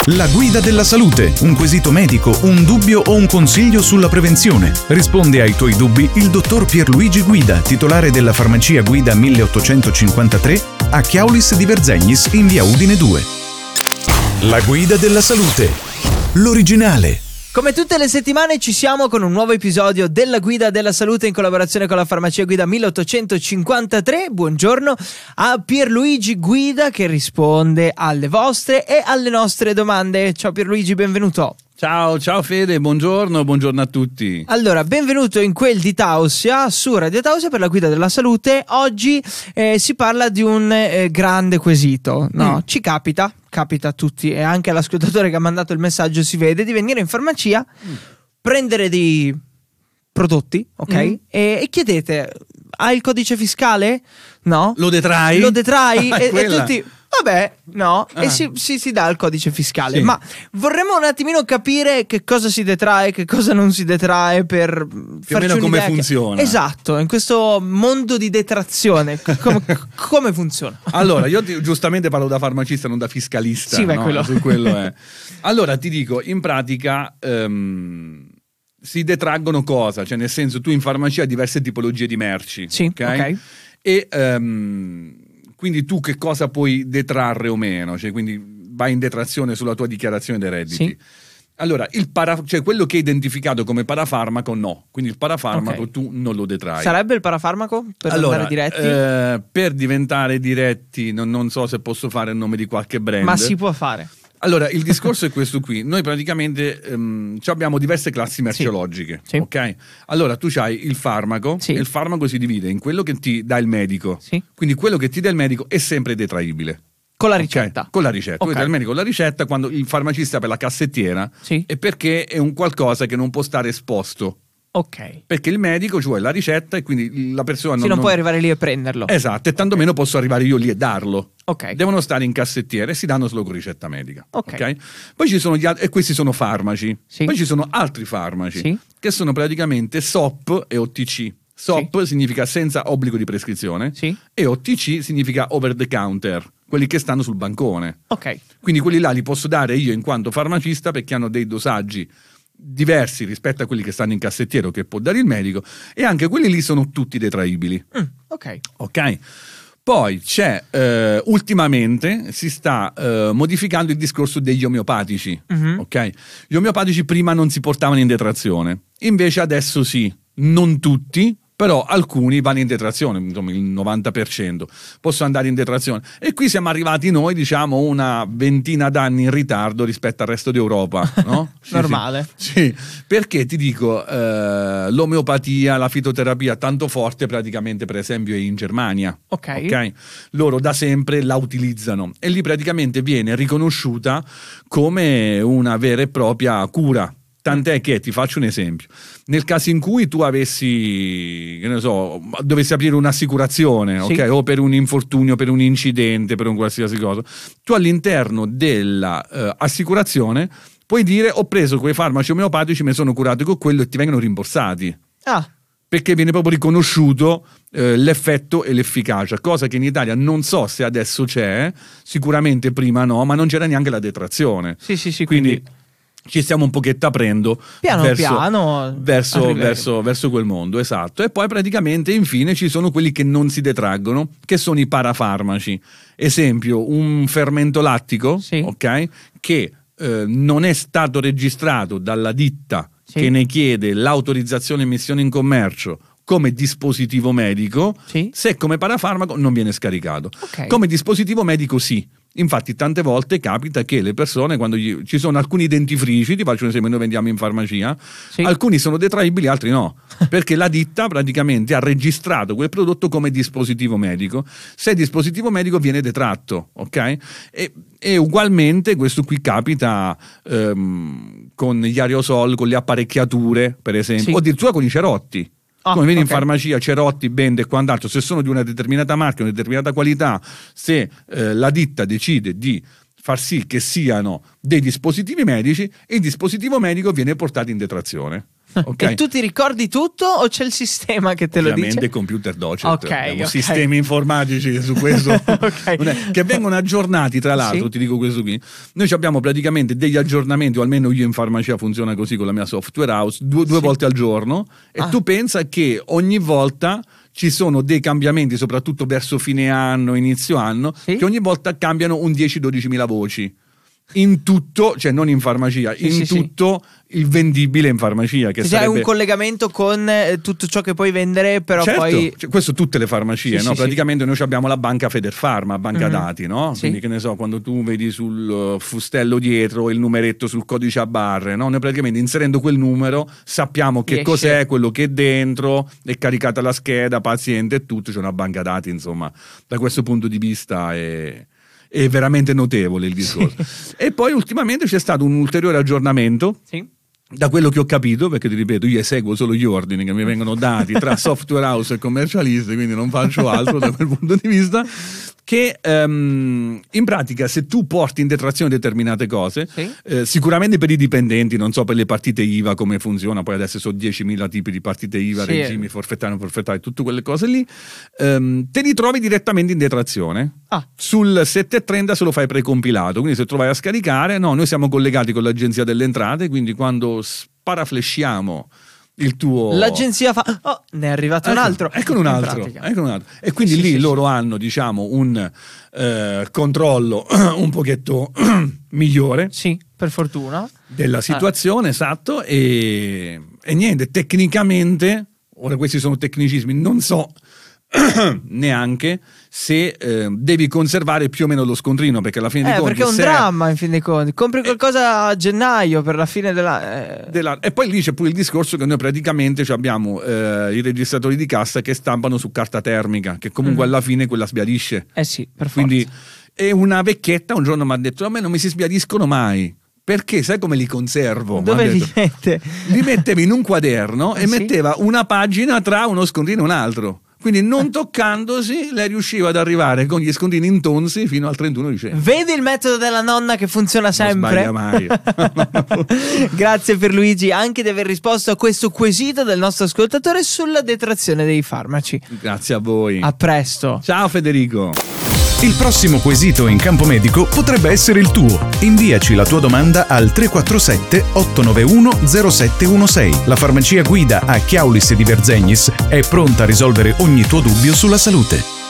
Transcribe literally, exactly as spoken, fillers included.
La guida della salute, un quesito medico, un dubbio o un consiglio sulla prevenzione. Risponde ai tuoi dubbi il dottor Pierluigi Guida, titolare della farmacia Guida milleottocentocinquantatré a Chiaulis di Verzegnis in via Udine due. La guida della salute, l'originale. Come tutte le settimane ci siamo con un nuovo episodio della Guida della Salute in collaborazione con la farmacia Guida milleottocentocinquantatré. Buongiorno a Pierluigi Guida che risponde alle vostre e alle nostre domande. Ciao Pierluigi, benvenuto. Ciao, ciao Fede, buongiorno, buongiorno a tutti. Allora, benvenuto in quel di Tausia, su Radio Tausia per la Guida della Salute. Oggi eh, si parla di un eh, grande quesito, no? Mm. Ci capita, capita a tutti e anche all'ascoltatore che ha mandato il messaggio si vede, di venire in farmacia, mm. prendere dei prodotti, ok? Mm. E, e chiedete, hai il codice fiscale? No? Lo detrai? Lo detrai? e, e tutti... Vabbè, no, ah. e si, si, si dà il codice fiscale, sì. Ma vorremmo un attimino capire che cosa si detrae, che cosa non si detrae per più o meno come funziona. Che... Esatto, in questo mondo di detrazione, come, come funziona? Allora, io ti, giustamente parlo da farmacista, non da fiscalista. Sì, beh, no? quello. Su quello è. Allora, ti dico, in pratica... Um, si detraggono cosa? Cioè, nel senso, tu in farmacia hai diverse tipologie di merci. Sì, ok. okay? E... Um, quindi tu che cosa puoi detrarre o meno? Cioè, quindi vai in detrazione sulla tua dichiarazione dei redditi. Sì. Allora, il para, cioè quello che è identificato come parafarmaco no. Quindi il parafarmaco okay. tu non lo detrai. Sarebbe il parafarmaco per allora, diventare diretti? Eh, per diventare diretti, non, non so se posso fare il nome di qualche brand. Ma si può fare. Allora, il discorso è questo qui. Noi praticamente um, abbiamo diverse classi merceologiche, sì. ok? Allora, tu c'hai il farmaco, sì. e il farmaco si divide in quello che ti dà il medico. Sì. Quindi quello che ti dà il medico è sempre detraibile. Con la ricetta? Okay? Con la ricetta. Okay. Tu dai il medico la ricetta quando il farmacista per la cassettiera, sì. è perché è un qualcosa che non può stare esposto. Ok. Perché il medico ci vuole la ricetta e quindi la persona non... Sì, non non... puoi arrivare lì e prenderlo. Esatto, e tanto okay. meno posso arrivare io lì e darlo. Ok. Devono stare in cassettiera e si danno solo con ricetta medica. Ok. okay? Poi ci sono gli altri, e questi sono farmaci. Sì. Poi ci sono altri farmaci, sì. che sono praticamente S O P e O T C. S O P sì. significa senza obbligo di prescrizione, sì. e O T C significa over the counter, quelli che stanno sul bancone. Ok. Quindi quelli là li posso dare io in quanto farmacista perché hanno dei dosaggi diversi rispetto a quelli che stanno in cassettiera che può dare il medico, e anche quelli lì sono tutti detraibili. Mm, ok. Ok. Poi c'è, eh, ultimamente si sta eh, modificando il discorso degli omeopatici. Mm-hmm. Ok. Gli omeopatici prima non si portavano in detrazione, invece adesso sì, non tutti, però alcuni vanno in detrazione, insomma il novanta per cento possono andare in detrazione, e qui siamo arrivati noi diciamo una ventina d'anni in ritardo rispetto al resto d'Europa, no? Sì, normale. Sì. sì, perché ti dico eh, l'omeopatia, la fitoterapia tanto forte praticamente per esempio è in Germania, ok, okay? Loro da sempre la utilizzano e lì praticamente viene riconosciuta come una vera e propria cura. Tant'è che, ti faccio un esempio, nel caso in cui tu avessi, che ne so, dovessi aprire un'assicurazione, sì. ok, o per un infortunio, per un incidente, per un qualsiasi cosa, tu all'interno dell'assicurazione uh, puoi dire ho preso quei farmaci omeopatici, mi sono curato con quello e ti vengono rimborsati. Ah. Perché viene proprio riconosciuto eh, l'effetto e l'efficacia, cosa che in Italia non so se adesso c'è, sicuramente prima no, ma non c'era neanche la detrazione. Sì, sì, sì, quindi... quindi... ci stiamo un pochetto aprendo piano verso, piano verso, verso, verso quel mondo, esatto. E poi praticamente infine ci sono quelli che non si detraggono, che sono i parafarmaci. Esempio, un fermento lattico, sì. ok, che eh, non è stato registrato dalla ditta sì. che ne chiede l'autorizzazione e missione in commercio come dispositivo medico, sì. se come parafarmaco non viene scaricato. Okay. Come dispositivo medico sì. Infatti tante volte capita che le persone, quando gli, ci sono alcuni dentifrici, ti faccio un esempio, noi vendiamo in farmacia, sì. alcuni sono detraibili, altri no, perché la ditta praticamente ha registrato quel prodotto come dispositivo medico. Se è dispositivo medico viene detratto, ok? E, e ugualmente questo qui capita ehm, con gli aerosol, con le apparecchiature, per esempio, sì. o addirittura con i cerotti. Ah, come vedi okay. in farmacia, cerotti, bende e quant'altro, se sono di una determinata marca, una determinata qualità, se eh, la ditta decide di far sì che siano dei dispositivi medici, il dispositivo medico viene portato in detrazione. Okay? E tu ti ricordi tutto o c'è il sistema che te Ovviamente lo dice? computer docet, Ok, abbiamo ok. sistemi informatici su questo Ok. non è- che vengono aggiornati, tra l'altro, Sì. ti dico questo qui. Noi abbiamo praticamente degli aggiornamenti, o almeno io in farmacia funziona così con la mia software house, due, due Sì. volte al giorno, e Ah. tu pensa che ogni volta ci sono dei cambiamenti, soprattutto verso fine anno, inizio anno, Sì. che ogni volta cambiano un dieci dodici mila voci. In tutto, cioè non in farmacia, Sì, in sì, sì. tutto il vendibile in farmacia. Che Cioè, sarebbe... hai un collegamento con eh, tutto ciò che puoi vendere, però Certo, poi... cioè, questo tutte le farmacie, Sì, no? sì, Praticamente noi abbiamo la banca Federfarma, banca Mhm. dati, no? Sì. Quindi che ne so, quando tu vedi sul uh, fustello dietro il numeretto sul codice a barre, no? Noi praticamente inserendo quel numero sappiamo che Riesce. cos'è quello che è dentro, è caricata la scheda, paziente e tutto, c'è una banca dati, insomma, da questo punto di vista è... è veramente notevole il discorso. E poi ultimamente c'è stato un ulteriore aggiornamento, Sì. da quello che ho capito, perché ti ripeto, io eseguo solo gli ordini che mi vengono dati tra software house e commercialisti, quindi non faccio altro da quel punto di vista, che ehm, in pratica se tu porti in detrazione determinate cose, Sì. eh, sicuramente per i dipendenti, non so per le partite I V A come funziona, poi adesso sono diecimila tipi di partite I V A, Sì. regimi, forfettario, non forfettario, tutte quelle cose lì, ehm, te li trovi direttamente in detrazione. Ah. Sul settecentotrenta se lo fai precompilato, quindi se tu vai a scaricare, no, noi siamo collegati con l'agenzia delle entrate, quindi quando sparaflesciamo il tuo... L'agenzia fa... Oh, ne è arrivato un Ecco, altro. Eccone un In altro, pratica. eccone un altro. E quindi Sì, lì sì, loro hanno, diciamo, un eh, controllo un pochetto migliore Sì, per fortuna. della situazione, esatto, e, e niente, tecnicamente, ora questi sono tecnicismi, non so neanche se eh, devi conservare più o meno lo scontrino, perché alla fine Eh, dei conti perché è un se- dramma, in fin dei conti. Compri qualcosa a gennaio per la fine della... eh, della- e poi lì c'è pure il discorso che noi praticamente cioè, abbiamo eh, i registratori di cassa che stampano su carta termica, che comunque Mm. alla fine quella sbiadisce. Eh sì, per forza. Quindi e una vecchietta un giorno mi ha detto: a me non mi si sbiadiscono mai. Perché sai come li conservo? Dove M'ha li detto. mette? Li mettevo in un quaderno e Sì. metteva una pagina tra uno scontrino e un altro. Quindi non toccandosi lei riusciva ad arrivare con gli scontrini intonsi fino al trentuno dicembre. Vedi il metodo della nonna che funziona sempre? Non sbaglia mai. Grazie Pierluigi anche di aver risposto a questo quesito del nostro ascoltatore sulla detrazione dei farmaci. Grazie a voi. A presto. Ciao Federico. Il prossimo quesito in campo medico potrebbe essere il tuo. Inviaci la tua domanda al tre quattro sette otto nove uno zero sette uno sei. La farmacia Guida a Chiaulis di Verzegnis è pronta a risolvere ogni tuo dubbio sulla salute.